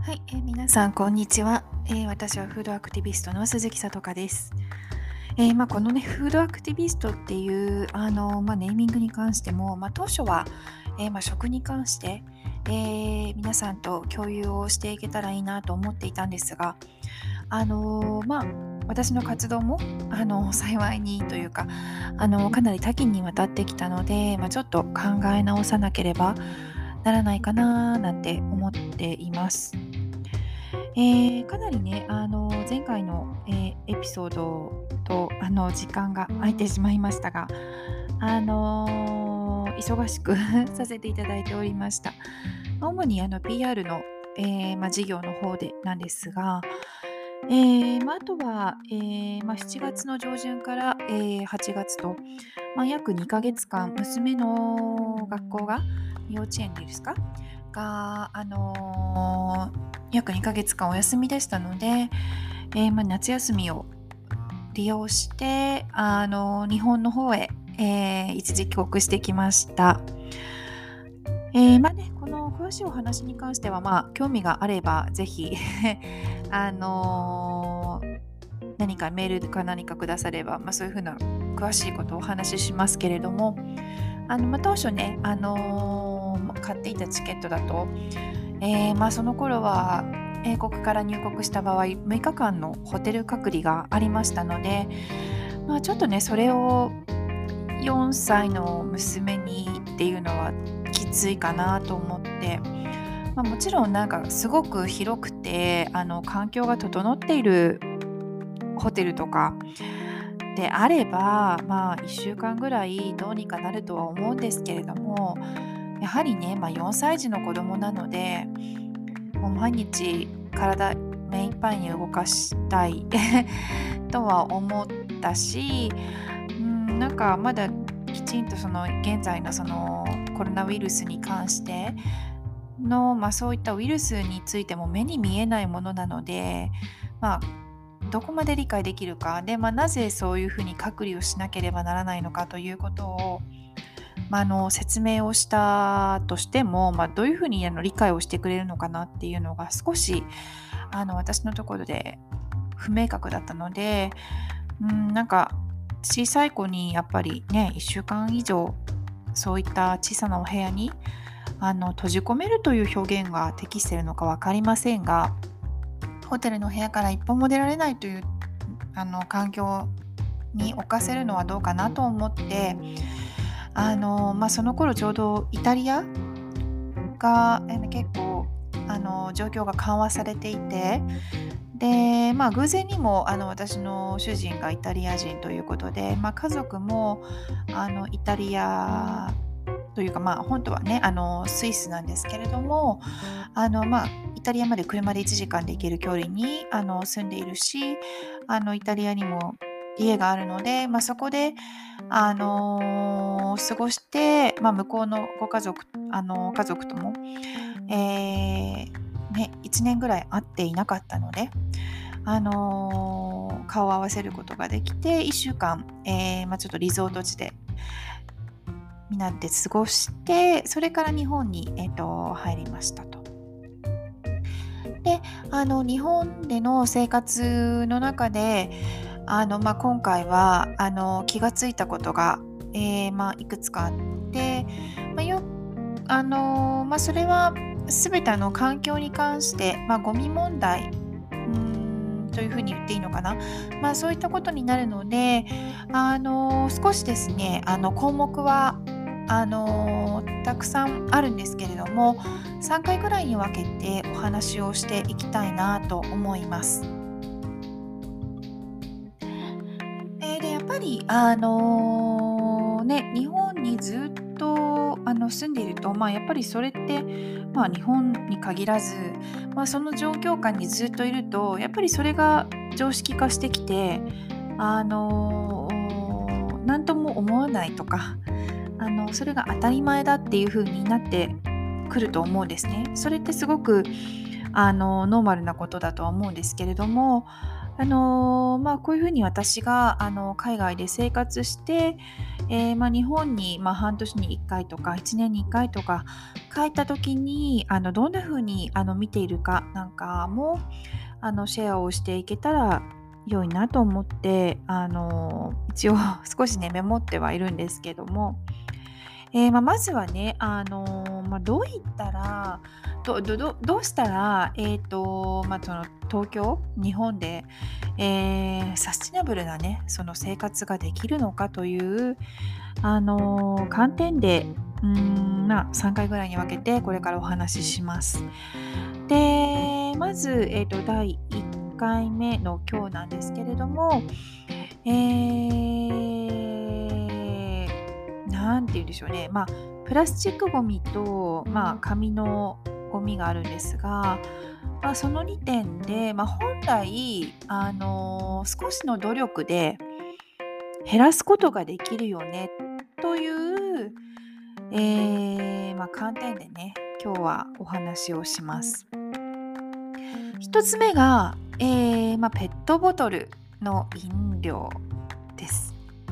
はい、皆さんこんにちは。私はフードアクティビストの鈴木さとかです。このね、フードアクティビストっていうネーミングに関しても、当初は、食に関して、皆さんと共有をしていけたらいいなと思っていたんですが、あのまあ私の活動も幸いにというかかなり多岐にわたってきたので、ちょっと考え直さなければならないかななんて思っています。かなりね、前回の、エピソードと、時間が空いてしまいましたが、忙しくさせていただいておりました。主にPR の、事業の方でなんですが、あとは、7月の上旬から、8月と、約2ヶ月間、娘の学校が幼稚園ですかが、約2ヶ月間お休みでしたので、夏休みを利用して、日本の方へ、一時帰国してきました。この詳しいお話に関しては、興味があれば、ぜひ何かメールか何かくだされば、そういうふうな詳しいことをお話ししますけれども、当初ね、買っていたチケットだと、その頃は英国から入国した場合、6日間のホテル隔離がありましたので、ちょっとね、それを4歳の娘にっていうのはきついかなと思って、もちろんなんかすごく広くて、環境が整っているホテルとかであれば、1週間ぐらいどうにかなるとは思うんですけれども、やはりね、4歳児の子供なので、もう毎日体目いっぱいに動かしたいとは思ったし、なんかまだきちんとその現在のそのコロナウイルスに関しての、そういったウイルスについても目に見えないものなので、まあ、どこまで理解できるかで、なぜそういうふうに隔離をしなければならないのかということを、説明をしたとしても、どういうふうに理解をしてくれるのかなっていうのが少し私のところで不明確だったので、なんか小さい子にやっぱりね、1週間以上そういった小さなお部屋に閉じ込めるという表現が適しているのか分かりませんが、ホテルの部屋から一歩も出られないという環境に置かせるのはどうかなと思って、その頃ちょうどイタリアが、結構状況が緩和されていて、で、偶然にも私の主人がイタリア人ということで、家族もイタリアというか、本当はねスイスなんですけれども、イタリアまで車で1時間で行ける距離に住んでいるし、イタリアにも家があるので、そこで過ごして、向こうのご家族家族とも、1年ぐらい会っていなかったので、顔を合わせることができて、1週間、ちょっとリゾート地でになって過ごして、それから日本に、入りましたと。で、日本での生活の中で、今回は気がついたことが、いくつかあって、それは全て環境に関して、ゴミ問題というふうに言っていいのかな、そういったことになるので、少しですね項目はたくさんあるんですけれども、3回ぐらいに分けてお話をしていきたいなと思います。でやっぱり日本にずっと住んでいると、やっぱりそれって、日本に限らず、その状況下にずっといると、やっぱりそれが常識化してきて、なんとも思わないとか、それが当たり前だっていう風になってくると思うんですね。それってすごくノーマルなことだとは思うんですけれども、 こういうふうに私が海外で生活して、日本に、半年に1回とか1年に1回とか帰った時にどんなふうに見ているかなんかもシェアをしていけたら良いなと思って、一応少しねメモってはいるんですけども、まずはね、どういったら、どうしたら、その東京、日本で、サスティナブルなね、その生活ができるのかという、観点で、3回ぐらいに分けてこれからお話しします。で、まず、第1回目の今日なんですけれども、なんて言うんでしょうね、プラスチックゴミと、紙のゴミがあるんですが、その2点で、本来、少しの努力で減らすことができるよねという、観点でね、今日はお話をします。一つ目が、ペットボトルの飲料です。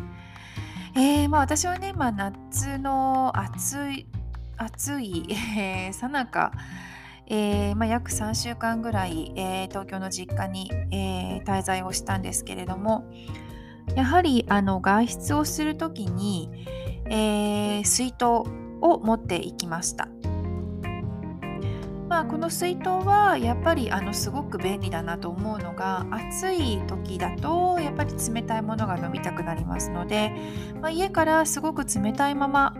私はね、夏の暑いさなか、約3週間ぐらい、東京の実家に、滞在をしたんですけれども、やはり外出をするときに、水筒を持っていきました。この水筒はやっぱりすごく便利だなと思うのが、暑い時だとやっぱり冷たいものが飲みたくなりますので、家からすごく冷たいまま、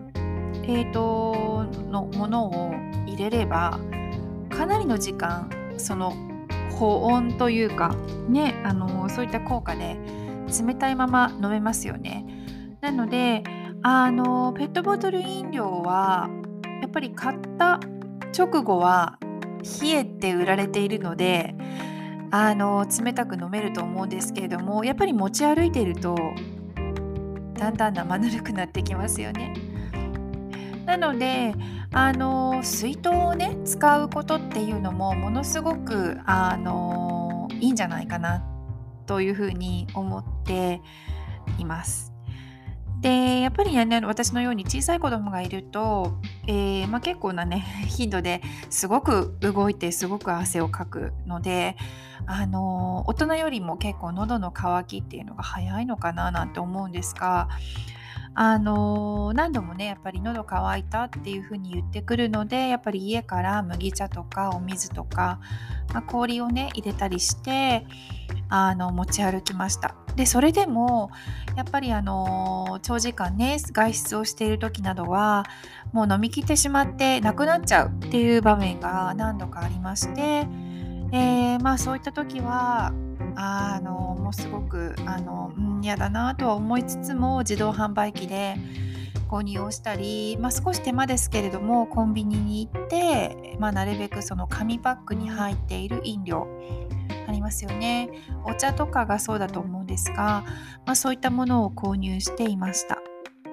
のものを入れればかなりの時間その保温というかね、そういった効果で冷たいまま飲めますよね。なのでペットボトル飲料はやっぱり買った直後は冷えて売られているので、冷たく飲めると思うんですけれども、やっぱり持ち歩いているとだんだん生ぬるくなってきますよね。なので水筒をね使うことっていうのもものすごくいいんじゃないかなというふうに思っています。で、やっぱりね、私のように小さい子供がいると、結構なね、頻度ですごく動いてすごく汗をかくので、大人よりも結構喉の渇きっていうのが早いのかななんて思うんですが、何度もね、やっぱり喉乾いたっていう風に言ってくるので、やっぱり家から麦茶とかお水とか、氷をね、入れたりして、持ち歩きました。で、それでも、やっぱり長時間ね、外出をしている時などは、もう飲み切ってしまってなくなっちゃうっていう場面が何度かありまして、そういった時は、もうすごく、嫌だなとは思いつつも、自動販売機で購入をしたり、少し手間ですけれども、コンビニに行って、なるべくその紙パックに入っている飲料、ありますよね。お茶とかがそうだと思うんですが、そういったものを購入していました。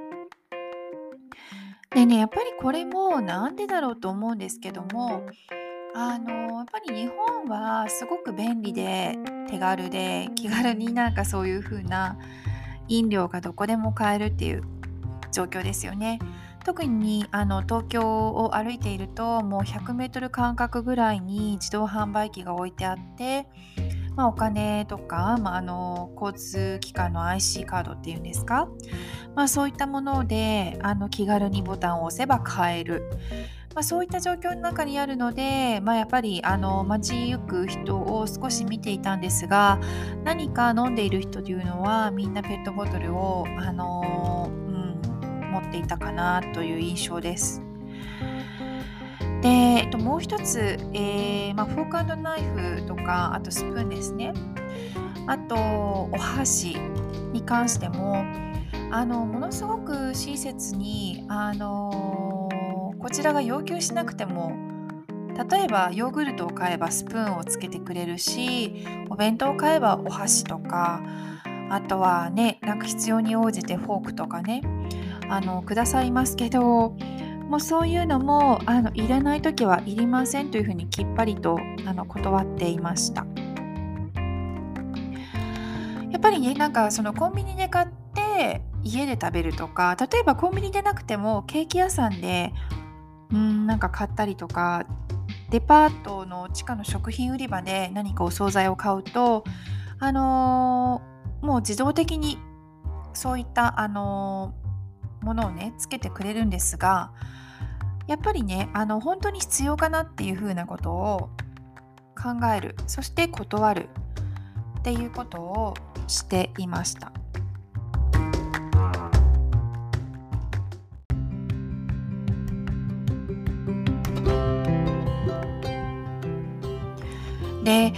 でね、やっぱりこれもなんでだろうと思うんですけども、やっぱり日本はすごく便利で手軽で気軽になんかそういう風な飲料がどこでも買えるっていう状況ですよね。特に東京を歩いているともう100メートル間隔ぐらいに自動販売機が置いてあって、お金とか、交通機関の IC カードっていうんですか、そういったもので気軽にボタンを押せば買える。そういった状況の中にあるので、やっぱり街行く人を少し見ていたんですが、何か飲んでいる人というのはみんなペットボトルを、持っていたかなという印象です。で、もう一つ、フォーク&ナイフとか、あとスプーンですね。あと、お箸に関しても、ものすごく親切に、こちらが要求しなくても、例えばヨーグルトを買えばスプーンをつけてくれるし、お弁当を買えばお箸とか、あとはね、なんか必要に応じてフォークとかね、くださいますけど、もうそういうのもいらないときはいりませんというふうにきっぱりと断っていました。 やっぱりね、なんかそのコンビニで買って家で食べるとか、例えばコンビニでなくてもケーキ屋さんでなんか買ったりとか、デパートの地下の食品売り場で何かお惣菜を買うと、もう自動的にそういった、ものをね、つけてくれるんですが、やっぱりね、本当に必要かなっていう風なことを考える、そして断るっていうことをしていました。で、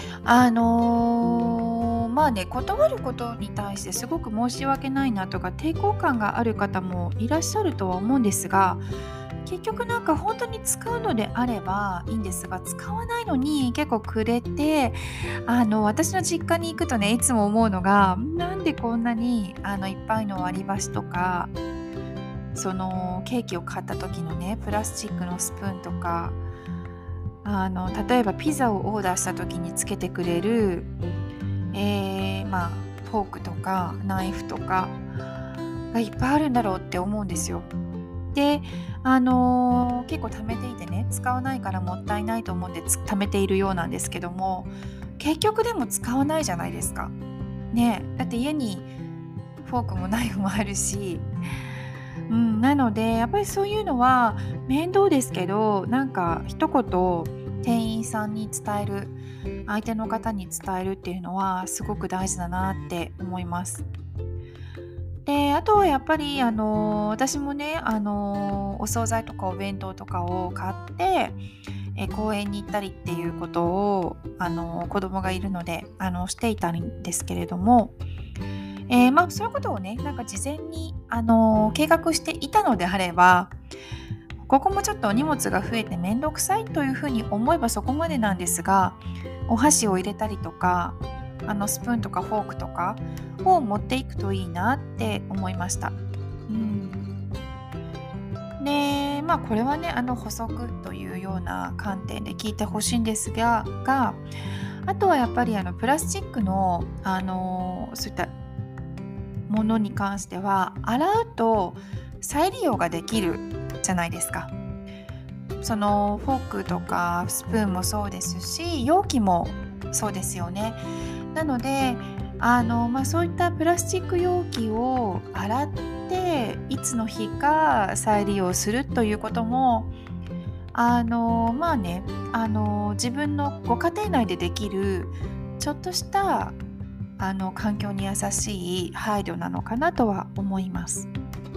まあね、断ることに対してすごく申し訳ないなとか抵抗感がある方もいらっしゃるとは思うんですが、結局なんか本当に使うのであればいいんですが、使わないのに結構くれて、私の実家に行くとね、いつも思うのが、なんでこんなにいっぱいの割り箸とか、そのケーキを買った時のね、プラスチックのスプーンとか、例えばピザをオーダーした時につけてくれる、まあ、フォークとかナイフとかがいっぱいあるんだろうって思うんですよ。で、結構貯めていてね、使わないからもったいないと思って貯めているようなんですけども、結局でも使わないじゃないですか。ねえ、だって家にフォークもナイフもあるし、なのでやっぱりそういうのは面倒ですけど、なんか一言店員さんに伝える、相手の方に伝えるっていうのはすごく大事だなって思います。で、あとはやっぱり私もね、お惣菜とかお弁当とかを買って、公園に行ったりっていうことを子供がいるのでしていたんですけれども、まあ、そういうことをね、なんか事前に計画していたのであれば、ここもちょっと荷物が増えてめんどくさいというふうに思えばそこまでなんですが、お箸を入れたりとか、スプーンとかフォークとかを持っていくといいなって思いました。で、まあこれはね、補足というような観点で聞いてほしいんですが、あとはやっぱりプラスチックの、そういったものに関しては、洗うと再利用ができるじゃないですか。そのフォークとかスプーンもそうですし、容器もそうですよね。なので、まあ、そういったプラスチック容器を洗っていつの日か再利用するということも、まあね、自分のご家庭内でできるちょっとした環境に優しい配慮なのかなとは思います。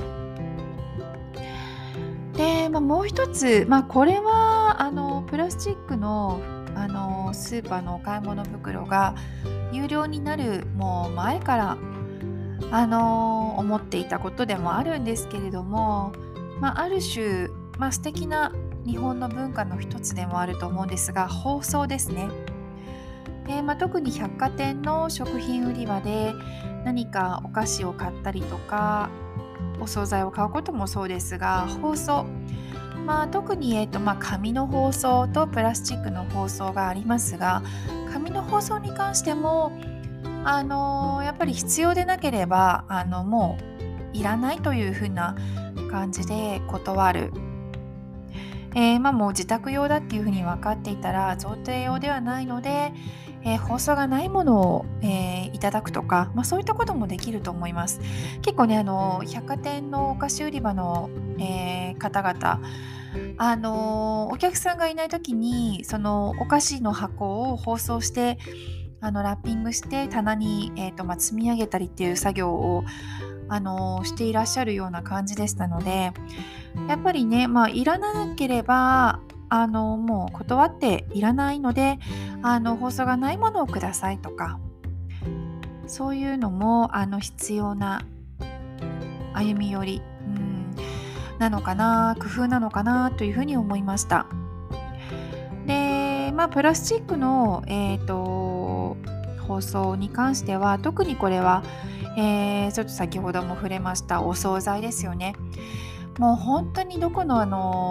で、まあ、もう一つ、まあ、これはプラスチックのスーパーのお買い物袋が有料になるもう前から思っていたことでもあるんですけれども、まあ、ある種、まあ、素敵な日本の文化の一つでもあると思うんですが、包装ですね。まあ、特に百貨店の食品売り場で何かお菓子を買ったりとかお惣菜を買うこともそうですが、包装、まあ、特に、まあ、紙の包装とプラスチックの包装がありますが、紙の包装に関してもやっぱり必要でなければもういらないというふうな感じで断る。まあ、もう自宅用だっていうふうに分かっていたら贈呈用ではないので、包装がないものを、いただくとか、まあ、そういったこともできると思います。結構ね百貨店のお菓子売り場の、方々、お客さんがいない時にそのお菓子の箱を包装してラッピングして棚に、まあ、積み上げたりっていう作業をしていらっしゃるような感じでしたので、やっぱりね、まあ、いらなければもう断っていらないので包装がないものをくださいとか、そういうのも必要な歩み寄り、なのかな、工夫なのかなというふうに思いました。で、まあ、プラスチックの、包装に関しては特にこれは、ちょっと先ほども触れましたお惣菜ですよね。もう本当にどこの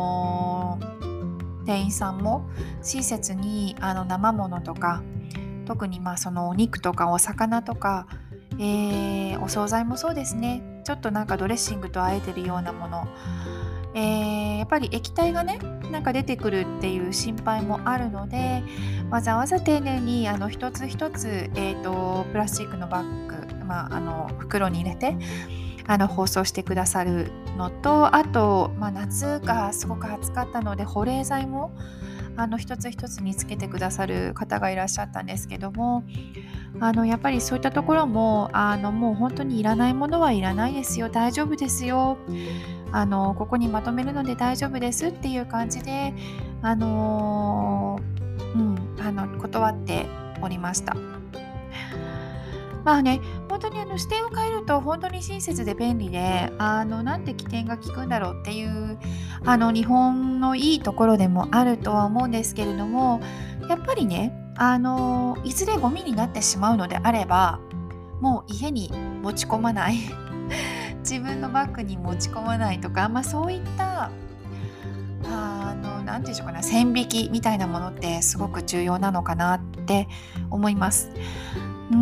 店員さんも親切に生ものとか、特にまあそのお肉とかお魚とか、 お惣菜もそうですね。ちょっとなんかドレッシングと和えてるようなもの、やっぱり液体がね、なんか出てくるっていう心配もあるので、わざわざ丁寧に一つ一つ、プラスチックのバッグ、袋に入れて包装してくださるのと、あと、夏がすごく暑かったので保冷剤も一つ一つにつけてくださる方がいらっしゃったんですけども、やっぱりそういったところももう本当にいらないものはいらないですよ、大丈夫ですよ、ここにまとめるので大丈夫ですっていう感じで断っておりました。本当に視点を変えると本当に親切で便利で、なんて起点が利くんだろうっていう、日本のいいところでもあるとは思うんですけれども、やっぱりね、いずれゴミになってしまうのであれば、もう家に持ち込まない自分のバッグに持ち込まないとか、そういったなんていうんでしょうかね、線引きみたいなものってすごく重要なのかなって思います。うん。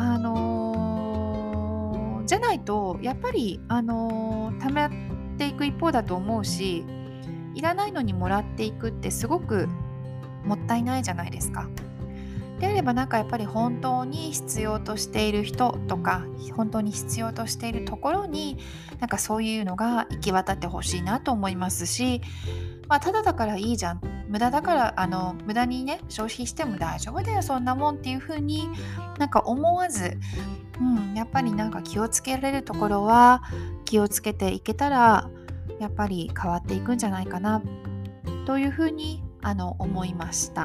じゃないとやっぱり溜まっていく一方だと思うし、いらないのにもらっていくってすごくもったいないじゃないですか。であればなんかやっぱり本当に必要としている人とか、本当に必要としているところになんかそういうのが行き渡ってほしいなと思いますし、ただだからいいじゃん、無駄だから無駄にね消費しても大丈夫だよそんなもんっていう風になんか思わず、やっぱりなんか気をつけられるところは気をつけていけたらやっぱり変わっていくんじゃないかなという風に思いました。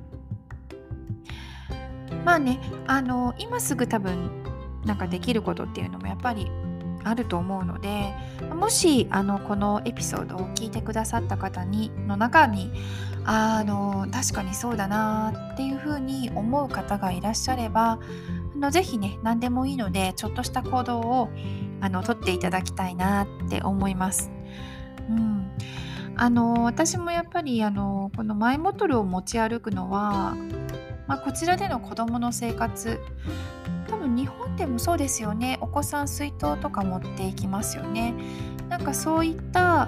今すぐ多分なんかできることっていうのもやっぱりあると思うので、もしこのエピソードを聞いてくださった方の中に確かにそうだなっていうふうに思う方がいらっしゃれば、ぜひね何でもいいのでちょっとした行動を取っていただきたいなって思います。うん、私もやっぱりこのマイボトルを持ち歩くのは、こちらでの子どもの生活、多分日本でもそうですよね。お子さん水筒とか持っていきますよね。なんかそういった、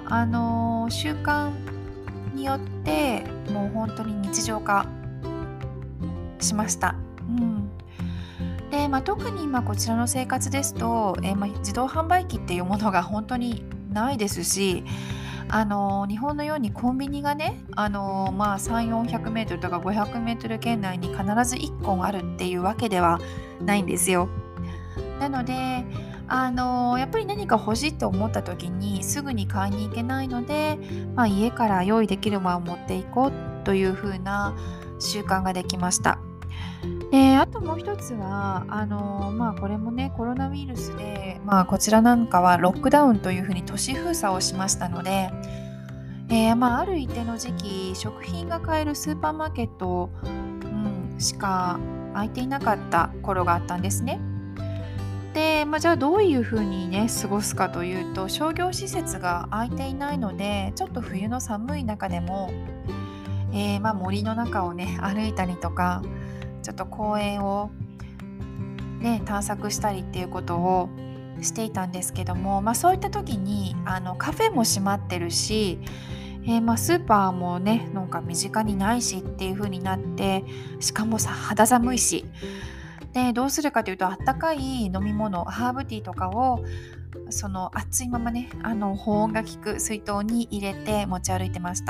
習慣によってもう本当に日常化しました。で、特に今こちらの生活ですと、自動販売機っていうものが本当にないですし、日本のようにコンビニがね、3、400メートルとか500メートル圏内に必ず1個あるっていうわけではないんですよ。なので、やっぱり何か欲しいと思った時にすぐに買いに行けないので、家から用意できるものを持っていこうという風な習慣ができました。で、あともう一つは、これもね、コロナウイルスで、こちらなんかはロックダウンというふうに都市封鎖をしましたので、ある一定の時期、食品が買えるスーパーマーケット、しか空いていなかった頃があったんですね。で、じゃあどういうふうにね、過ごすかというと、商業施設が空いていないので、ちょっと冬の寒い中でも、森の中をね、歩いたりとか、ちょっと公園をね、探索したりっていうことをしていたんですけども、そういった時にカフェも閉まってるし、スーパーもねなんか身近にないしっていう風になって、しかも肌寒いし、でどうするかというと、あったかい飲み物ハーブティーとかをその熱いままね保温が効く水筒に入れて持ち歩いてました。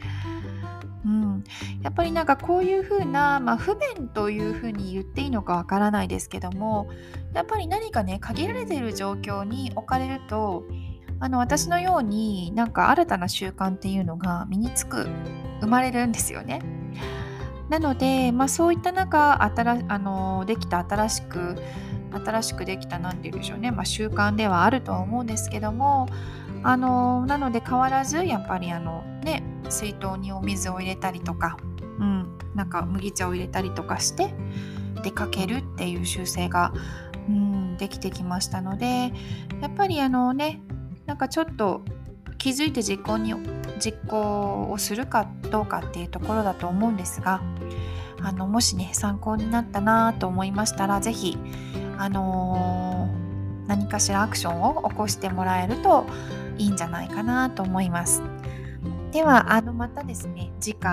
やっぱりなんかこういう風な、不便という風に言っていいのかわからないですけども、やっぱり何かね限られている状況に置かれると、私のようになんか新たな習慣っていうのが身につく生まれるんですよね。なので、そういった中できた新しくできたなんて言うんでしょうね、習慣ではあるとは思うんですけども、なので変わらずやっぱり水筒にお水を入れたりとか、なんか麦茶を入れたりとかして出かけるっていう習性が、できてきましたので、やっぱりなんかちょっと気づいて実行をするかどうかっていうところだと思うんですが、もしね参考になったなと思いましたら、ぜひ何かしらアクションを起こしてもらえるといいんじゃないかなと思います。ではまたですね、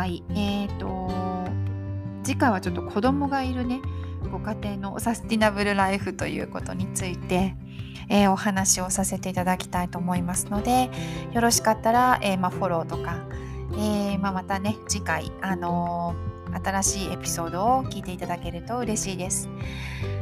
次回はちょっと子供がいるね、ご家庭のサスティナブルライフということについて、お話をさせていただきたいと思いますので、よろしかったら、フォローとか、またね次回新しいエピソードを聞いていただけると嬉しいです。